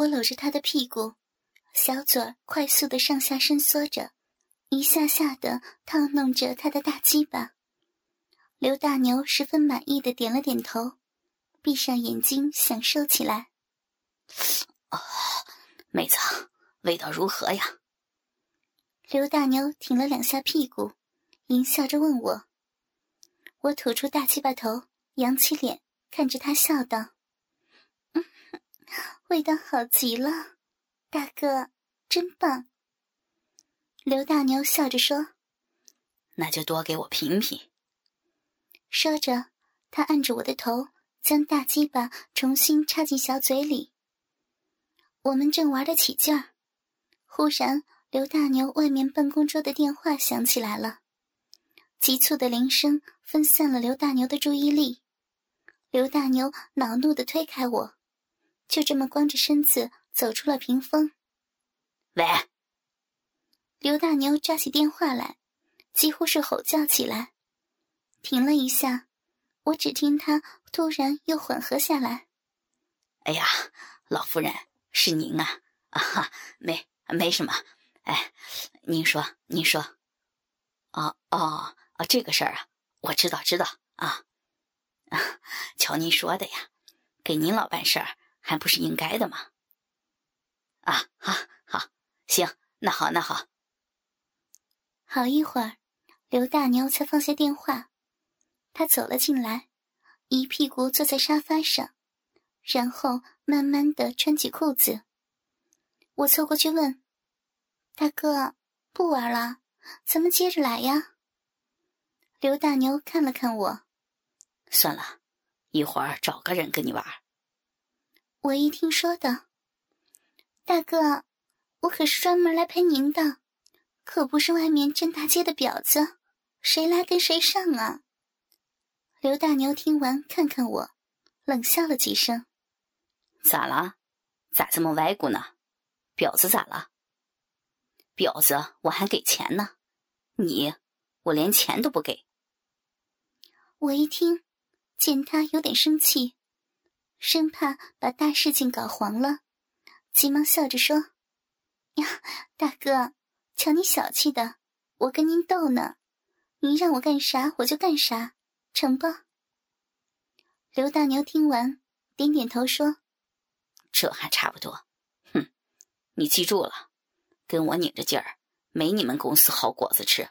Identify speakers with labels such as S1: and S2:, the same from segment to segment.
S1: 我搂着他的屁股，小嘴快速的上下伸缩着，一下下的套弄着他的大鸡巴。刘大牛十分满意的点了点头，闭上眼睛享受起来。
S2: 妹子，味道如何呀？
S1: 刘大牛挺了2下屁股，淫笑着问我。我吐出大鸡巴头，扬起脸看着他笑道：味道好极了，大哥真棒。刘大牛笑着说：
S2: 那就多给我品品。
S1: 说着，他按着我的头，将大鸡巴重新插进小嘴里。我们正玩得起劲儿，忽然刘大牛外面办公桌的电话响起来了，急促的铃声分散了刘大牛的注意力。刘大牛恼怒地推开我，就这么光着身子走出了屏风。
S2: 喂！
S1: 刘大牛抓起电话来，几乎是吼叫起来。停了一下，我只听他突然又缓和下来。
S2: 哎呀，老夫人，是您啊！没什么。哎，您说。这个事儿啊，我知道啊。瞧您说的呀，给您老办事儿还不是应该的吗？好，行，那好。
S1: 好一会儿，刘大牛才放下电话。他走了进来，一屁股坐在沙发上，然后慢慢地穿起裤子。我凑过去问：大哥，不玩了，咱们接着来呀。刘大牛看了看我：
S2: 算了，一会儿找个人跟你玩。
S1: 我一听说道：大哥，我可是专门来陪您的，可不是外面站大街的婊子，谁来跟谁上啊。刘大牛听完看看我，冷笑了几声。
S2: 咋了？咋这么歪骨呢？婊子咋了？婊子我还给钱呢，我连钱都不给。
S1: 我一听，见他有点生气，生怕把大事情搞黄了，急忙笑着说：呀，大哥，瞧你小气的，我跟您斗呢，您让我干啥我就干啥，成吧？刘大牛听完点点头说：
S2: 这还差不多。哼，你记住了，跟我拧着劲儿，没你们公司好果子吃。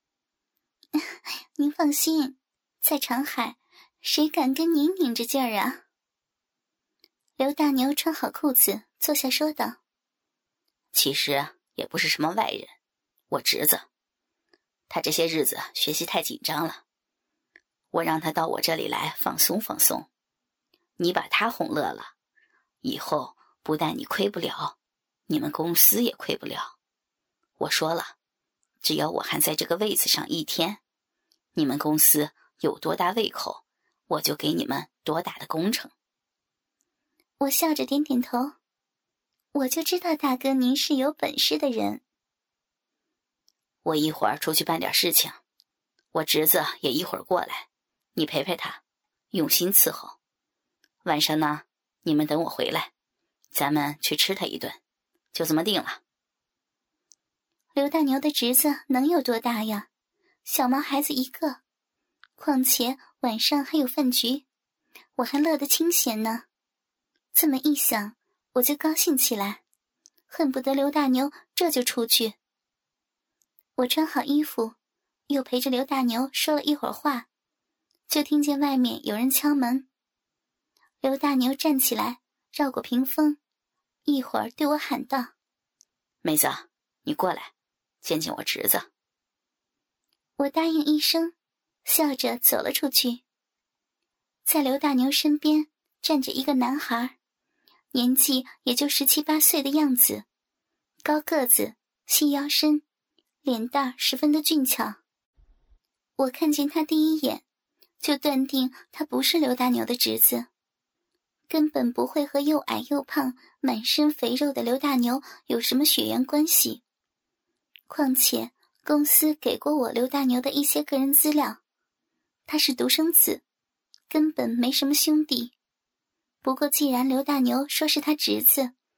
S1: 您放心，在长海谁敢跟您拧着劲儿啊？刘大牛穿好裤子坐下说道：
S2: 其实也不是什么外人，我侄子，他这些日子学习太紧张了，我让他到我这里来放松放松，你把他哄乐了，以后不但你亏不了，你们公司也亏不了。我说了，只要我还在这个位子上一天，你们公司有多大胃口，我就给你们多大的工程。
S1: 我笑着点点头，我就知道大哥您是有本事的人。
S2: 我一会儿出去办点事情，我侄子也一会儿过来，你陪陪他，用心伺候。晚上呢，你们等我回来，咱们去吃他一顿，就这么定了。
S1: 刘大牛的侄子能有多大呀？小毛孩子一个，况且晚上还有饭局，我还乐得清闲呢。这么一想，我就高兴起来，恨不得刘大牛这就出去。我穿好衣服，又陪着刘大牛说了一会儿话，就听见外面有人敲门。刘大牛站起来，绕过屏风，一会儿对我喊道：
S2: 妹子，你过来，见见我侄子。
S1: 我答应一声，笑着走了出去。在刘大牛身边站着一个男孩，年纪也就17、18岁的样子，高个子，细腰身，脸蛋十分的俊俏。我看见他第一眼，就断定他不是刘大牛的侄子，根本不会和又矮又胖、满身肥肉的刘大牛有什么血缘关系。况且公司给过我刘大牛的一些个人资料，他是独生子，根本没什么兄弟。不过既然刘大牛说是他侄子，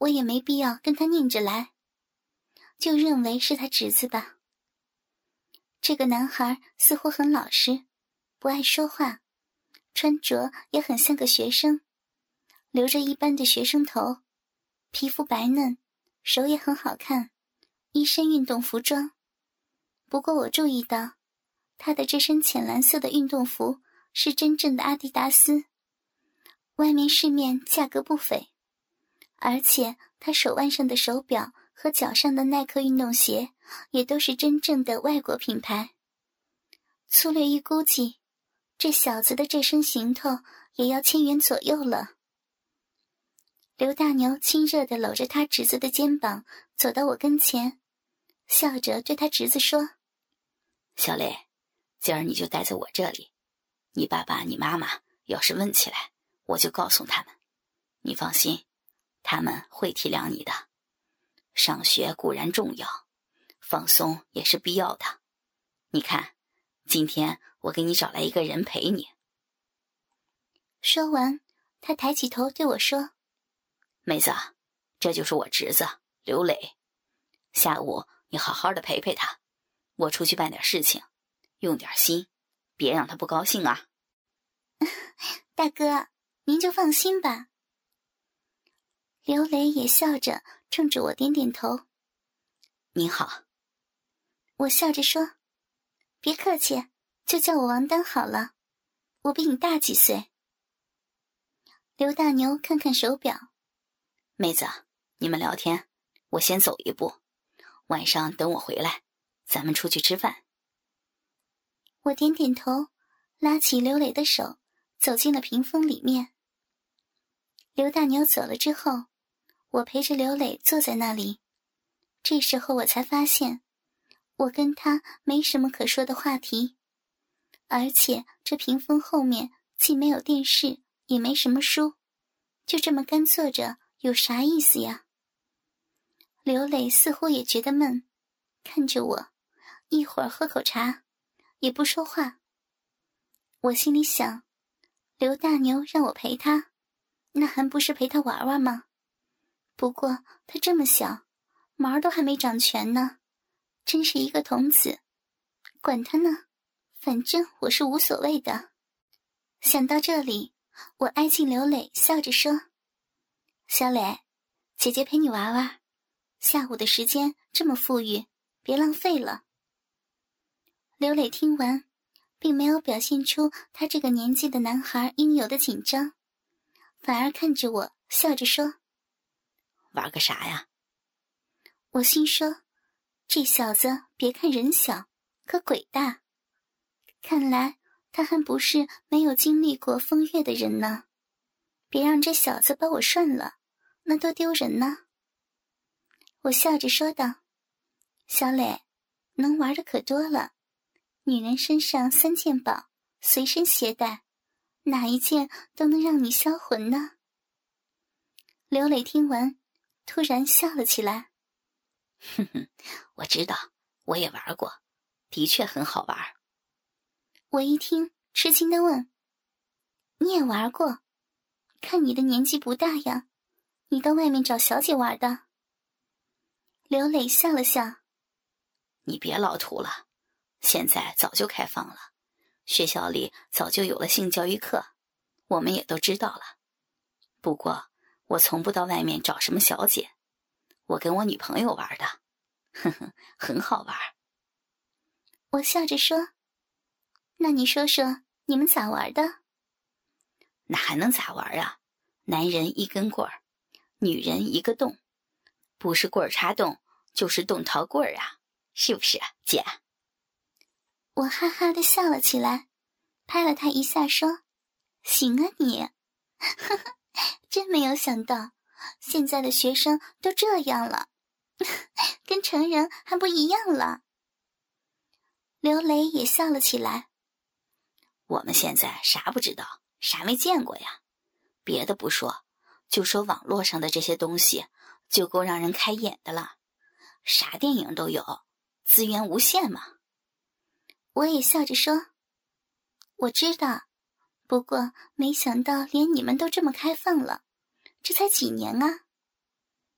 S1: 我也没必要跟他念着来，就认为是他侄子吧。这个男孩似乎很老实，不爱说话，穿着也很像个学生，留着一般的学生头，皮肤白嫩，手也很好看，一身运动服装。不过我注意到，他的这身浅蓝色的运动服是真正的阿迪达斯，外面市面价格不菲，而且他手腕上的手表和脚上的耐克运动鞋也都是真正的外国品牌。粗略一估计，这小子的这身行头也要1000元左右了。刘大牛亲热地搂着他侄子的肩膀，走到我跟前，笑着对他侄子说：
S2: 小磊，今儿你就待在我这里，你爸爸你妈妈要是问起来，我就告诉他们，你放心，他们会体谅你的。上学固然重要，放松也是必要的。你看，今天我给你找来一个人陪你。
S1: 说完，他抬起头对我说：
S2: 妹子，这就是我侄子刘磊，下午你好好的陪陪他，我出去办点事情，用点心，别让他不高兴啊。
S1: 大哥，您就放心吧。刘磊也笑着冲着我点点头。
S2: 您好。
S1: 我笑着说：别客气，就叫我王丹好了，我比你大几岁。刘大牛看看手表：
S2: 妹子，你们聊天，我先走一步，晚上等我回来，咱们出去吃饭。
S1: 我点点头，拉起刘磊的手，走进了屏风里面。刘大牛走了之后，我陪着刘磊坐在那里。这时候我才发现，我跟他没什么可说的话题，而且这屏风后面既没有电视，也没什么书，就这么干坐着有啥意思呀？刘磊似乎也觉得闷，看着我，一会儿喝口茶，也不说话。我心里想，刘大牛让我陪他，那还不是陪他玩玩吗？不过他这么小，毛都还没长全呢，真是一个童子。管他呢，反正我是无所谓的。想到这里，我挨近刘磊，笑着说：小磊，姐姐陪你玩玩，下午的时间这么富裕，别浪费了。刘磊听完，并没有表现出他这个年纪的男孩应有的紧张，反而看着我，笑着说：
S2: 玩个啥呀？
S1: 我心说，这小子别看人小，可鬼大。看来他还不是没有经历过风月的人呢。别让这小子把我涮了，那多丢人呢。我笑着说道：小磊，能玩的可多了，女人身上3件宝，随身携带，哪一件都能让你销魂呢。刘磊听完，突然笑了起来。
S2: 哼哼，我知道，我也玩过，的确很好玩。
S1: 我一听，吃惊地问：你也玩过？看你的年纪不大呀，你到外面找小姐玩的？刘磊笑了笑：
S2: 你别老土了，现在早就开放了，学校里早就有了性教育课，我们也都知道了。不过我从不到外面找什么小姐，我跟我女朋友玩的，呵呵，很好玩。
S1: 我笑着说：那你说说你们咋玩的？
S2: 那还能咋玩啊？男人一根棍儿，女人一个洞，不是棍儿插洞，就是洞掏棍儿啊，是不是啊，姐？
S1: 我哈哈地笑了起来，拍了他一下说：行啊你，呵呵，真没有想到现在的学生都这样了，跟成人还不一样了。刘磊也笑了起来。
S2: 我们现在啥不知道，啥没见过呀，别的不说，就说网络上的这些东西就够让人开眼的了，啥电影都有，资源无限嘛。
S1: 我也笑着说：我知道，不过没想到连你们都这么开放了，这才几年啊。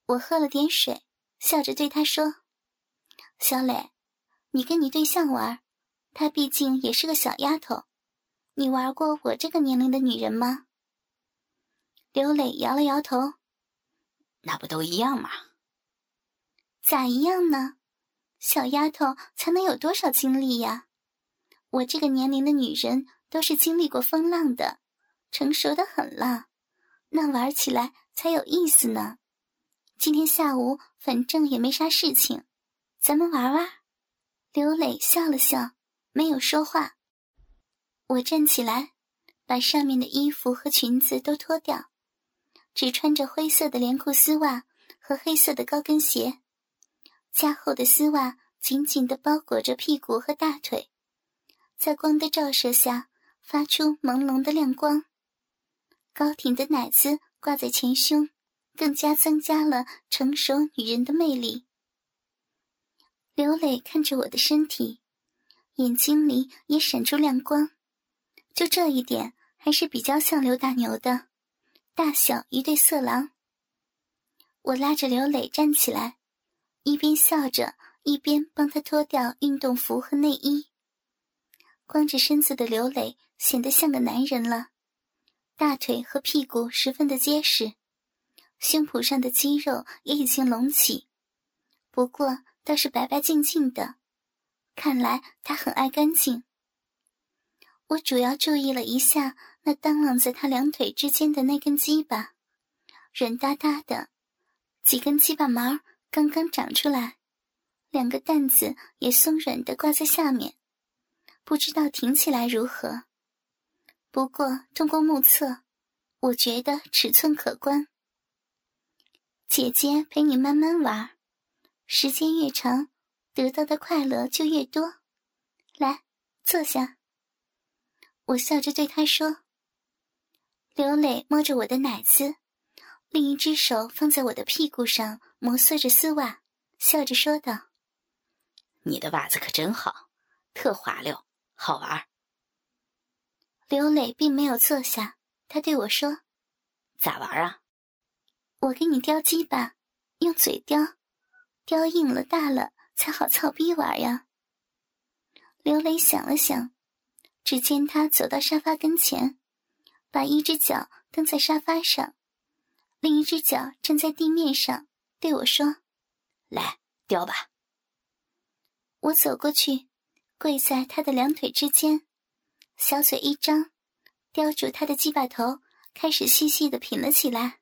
S1: 我喝了点水，笑着对他说：小磊，你跟你对象玩，她毕竟也是个小丫头，你玩过我这个年龄的女人吗？刘磊摇了摇头。
S2: 那不都一样吗？
S1: 咋一样呢？小丫头才能有多少经历呀？我这个年龄的女人都是经历过风浪的，成熟得很了，那玩起来才有意思呢。今天下午反正也没啥事情，咱们玩玩。刘磊笑了笑，没有说话。我站起来，把上面的衣服和裙子都脱掉，只穿着灰色的连裤丝袜和黑色的高跟鞋，加厚的丝袜紧紧地包裹着屁股和大腿，在光的照射下发出朦胧的亮光。高挺的奶子挂在前胸，更加增加了成熟女人的魅力。刘磊看着我的身体，眼睛里也闪出亮光，就这一点还是比较像刘大牛的，大小一对色狼。我拉着刘磊站起来，一边笑着一边帮他脱掉运动服和内衣。光着身子的刘磊显得像个男人了，大腿和屁股十分的结实，胸脯上的肌肉也已经隆起，不过倒是白白净净的，看来他很爱干净。我主要注意了一下那当啷在他两腿之间的那根鸡巴，软哒哒的，几根鸡巴毛刚刚长出来，两个蛋子也松软地挂在下面，不知道挺起来如何。不过通过目测，我觉得尺寸可观。姐姐陪你慢慢玩，时间越长，得到的快乐就越多。来，坐下。我笑着对他说。刘磊摸着我的奶子，另一只手放在我的屁股上摩挲着丝袜，笑着说道：
S2: 你的袜子可真好，特滑溜，好玩。
S1: 刘磊并没有坐下，他对我说：
S2: 咋玩啊？
S1: 我给你叼鸡巴，用嘴叼，叼硬了大了才好操逼玩呀。刘磊想了想，只见他走到沙发跟前，把一只脚蹬在沙发上，另一只脚站在地面上，对我说：
S2: 来，叼吧。
S1: 我走过去，跪在他的两腿之间，小嘴一张，叼住他的鸡巴头，开始细细地品了起来。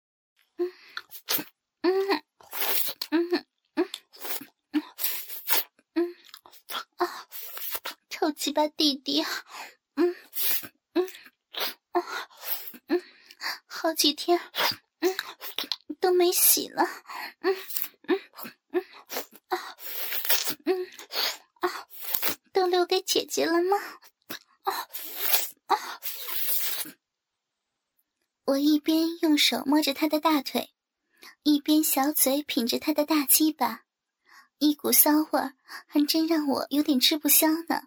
S1: 臭鸡巴弟弟，好几天，都没洗了，都留给姐姐了吗？我一边用手摸着她的大腿，一边小嘴品着她的大鸡巴，一股骚味儿还真让我有点吃不消呢。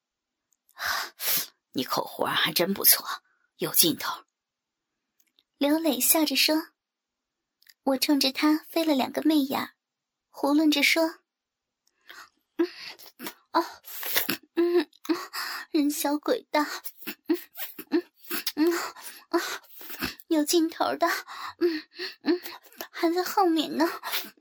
S2: 你口活还真不错，有劲头。
S1: 刘磊笑着说。我冲着他飞了两个媚眼，胡乱着说：人小鬼大，有劲头的，还在后面呢，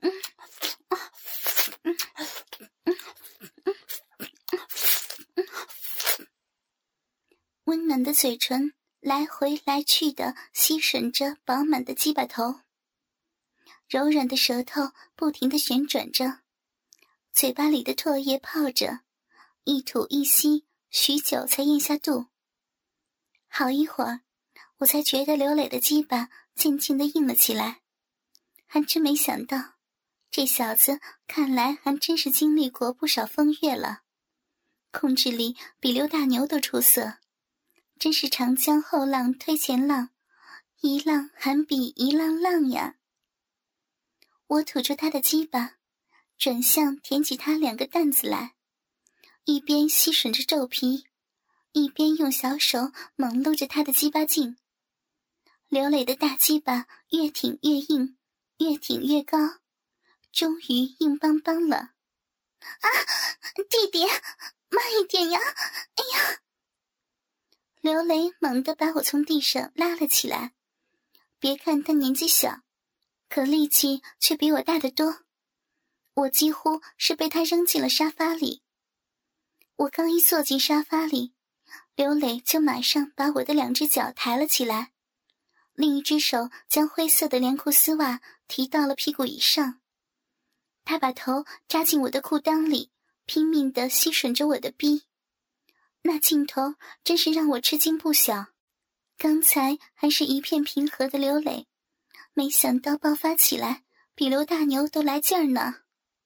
S1: 温暖的嘴唇来回来去的吸吮着饱满的鸡巴头，柔软的舌头不停地旋转着，嘴巴里的唾液泡着，一吐一吸，许久才咽下肚。好一会儿，我才觉得刘磊的鸡巴渐渐地硬了起来，还真没想到，这小子看来还真是经历过不少风月了，控制力比刘大牛都出色，真是长江后浪推前浪，一浪还比一浪浪呀。我吐出他的鸡巴，转向舔起他两个蛋子来，一边吸吮着皱皮，一边用小手猛撸着他的鸡巴茎。刘磊的大鸡巴越挺越硬， 越挺越高，终于硬邦邦了。啊，弟弟，慢一点呀！哎呀！刘雷猛地把我从地上拉了起来，别看他年纪小，可力气却比我大得多。我几乎是被他扔进了沙发里。我刚一坐进沙发里，刘磊就马上把我的2只脚抬了起来，另一只手将灰色的连裤丝袜提到了屁股以上。他把头扎进我的裤裆里，拼命地吸吮着我的逼。那劲头真是让我吃惊不小。刚才还是一片平和的刘磊，没想到爆发起来比刘大牛都来劲儿呢。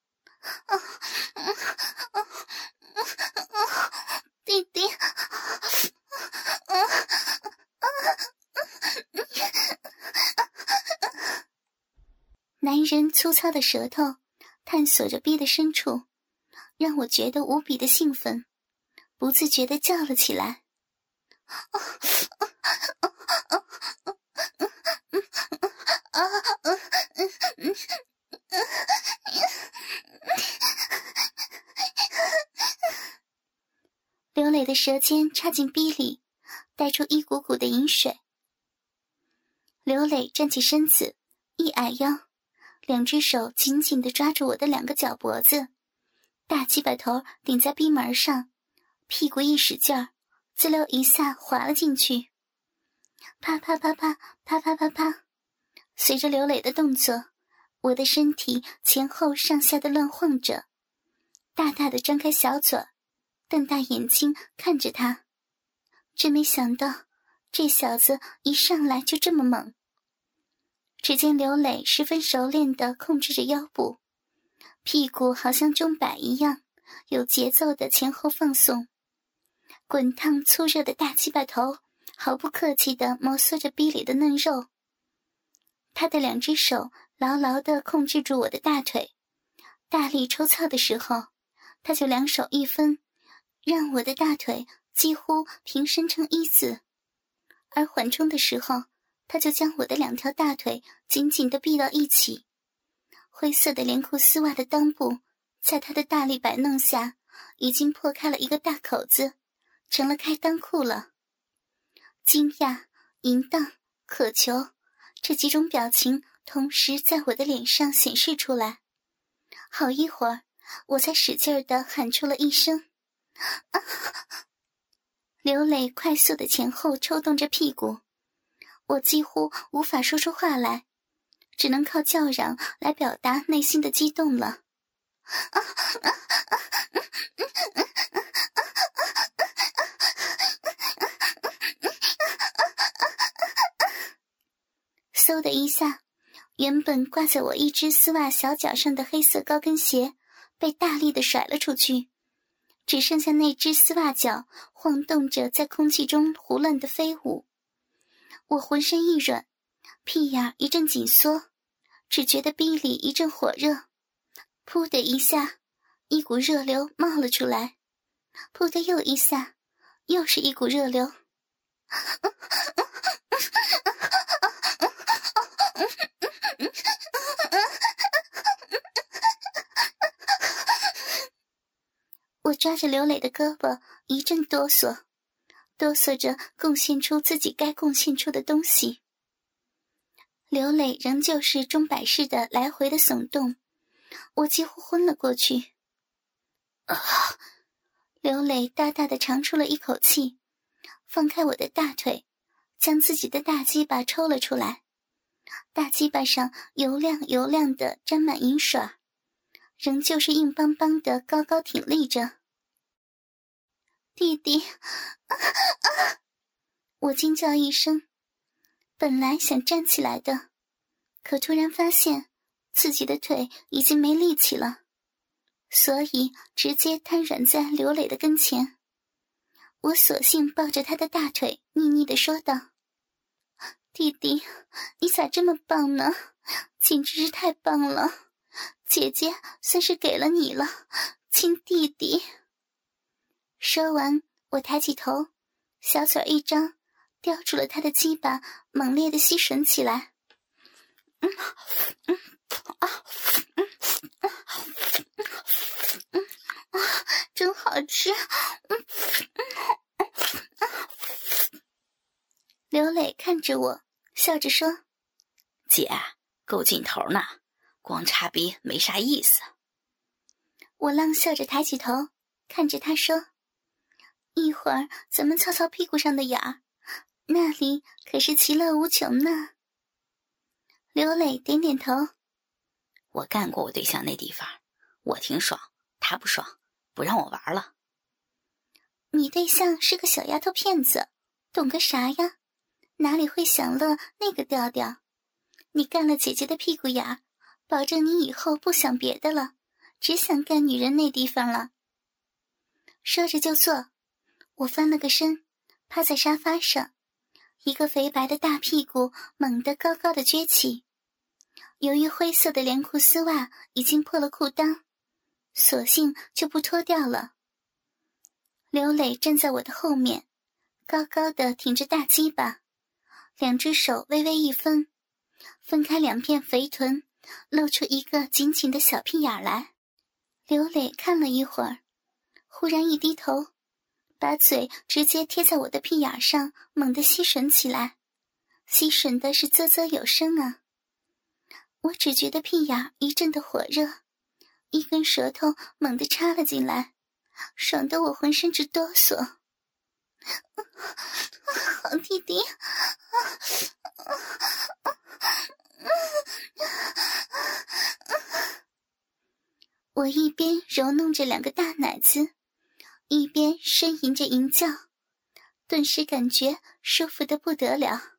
S1: 弟弟，男人粗糙的舌头探索着逼的深处，让我觉得无比的兴奋，不自觉地叫了起来。刘磊的舌尖插进逼里，带出一股股的饮水。刘磊站起身子，一矮腰，2只手紧紧地抓住我的2个脚脖子，大鸡巴头顶在逼门上，屁股一使劲儿，滋溜一下滑了进去。啪啪啪啪啪啪啪啪，随着刘磊的动作，我的身体前后上下的乱晃着，大大的张开小嘴，瞪大眼睛看着他。真没想到这小子一上来就这么猛。只见刘磊十分熟练地控制着腰部，屁股好像钟摆一样有节奏地前后放送，滚烫粗热的大鸡巴头毫不客气地摩挲着逼里的嫩肉。他的2只手牢牢地控制住我的大腿，大力抽操的时候，他就2手一分，让我的大腿几乎平伸成一字，而缓冲的时候，他就将我的2条大腿紧紧地闭到一起。灰色的连裤丝袜的裆部在他的大力摆弄下已经破开了一个大口子，成了开裆裤了。惊讶、淫荡、渴求，这几种表情同时在我的脸上显示出来。好一会儿，我才使劲地喊出了一声啊！刘磊快速地前后抽动着屁股，我几乎无法说出话来，只能靠叫嚷来表达内心的激动了。嗖的一下，原本挂在我一只丝袜小脚上的黑色高跟鞋被大力地甩了出去，只剩下那只丝袜脚晃动着在空气中胡乱地飞舞。我浑身一软，屁眼一阵紧缩，只觉得逼里一阵火热，噗的一下，一股热流冒了出来，噗的又一下，又是一股热流。我抓着刘磊的胳膊一阵哆嗦，哆嗦着贡献出自己该贡献出的东西。刘磊仍旧是钟摆式的来回的耸动，我几乎昏了过去。刘磊大大的长出了一口气，放开我的大腿，将自己的大鸡巴抽了出来，大鸡巴上油亮油亮的沾满银水，仍旧是硬邦邦的高高挺立着。弟弟，我惊叫一声，本来想站起来的，可突然发现自己的腿已经没力气了，所以直接瘫软在刘磊的跟前。我索性抱着他的大腿腻腻地说道：弟弟，你咋这么棒呢？简直是太棒了，姐姐算是给了你了，亲弟弟。说完，我抬起头，小嘴一张，叼住了他的鸡巴，猛烈地吸吮起来。 真好吃。刘磊看着我，笑着说：“
S2: 姐，够劲头呢，光插鼻没啥意思。”
S1: 我浪笑着抬起头，看着他说：“一会儿咱们操操屁股上的眼儿，那里可是其乐无穷呢。”刘磊点点头：“
S2: 我干过我对象那地方，我挺爽，他不爽，不让我玩了。”
S1: 你对象是个小丫头片子，懂个啥呀？哪里会享乐那个调调？你干了姐姐的屁股眼儿，保证你以后不想别的了，只想干女人那地方了。说着就坐，我翻了个身，趴在沙发上，一个肥白的大屁股猛地高高的撅起。由于灰色的连裤丝袜已经破了裤裆，索性就不脱掉了。刘磊站在我的后面，高高的挺着大鸡巴，两只手微微一分，分开两片肥臀，露出一个紧紧的小屁眼来。刘磊看了一会儿，忽然一低头，把嘴直接贴在我的屁眼上，猛地吸吮起来，吸吮的是啧啧有声啊。我只觉得屁眼一阵的火热，一根舌头猛地插了进来，爽得我浑身直哆嗦。好弟弟，我一边揉弄着两个大奶子，一边呻吟着吟叫，顿时感觉舒服得不得了。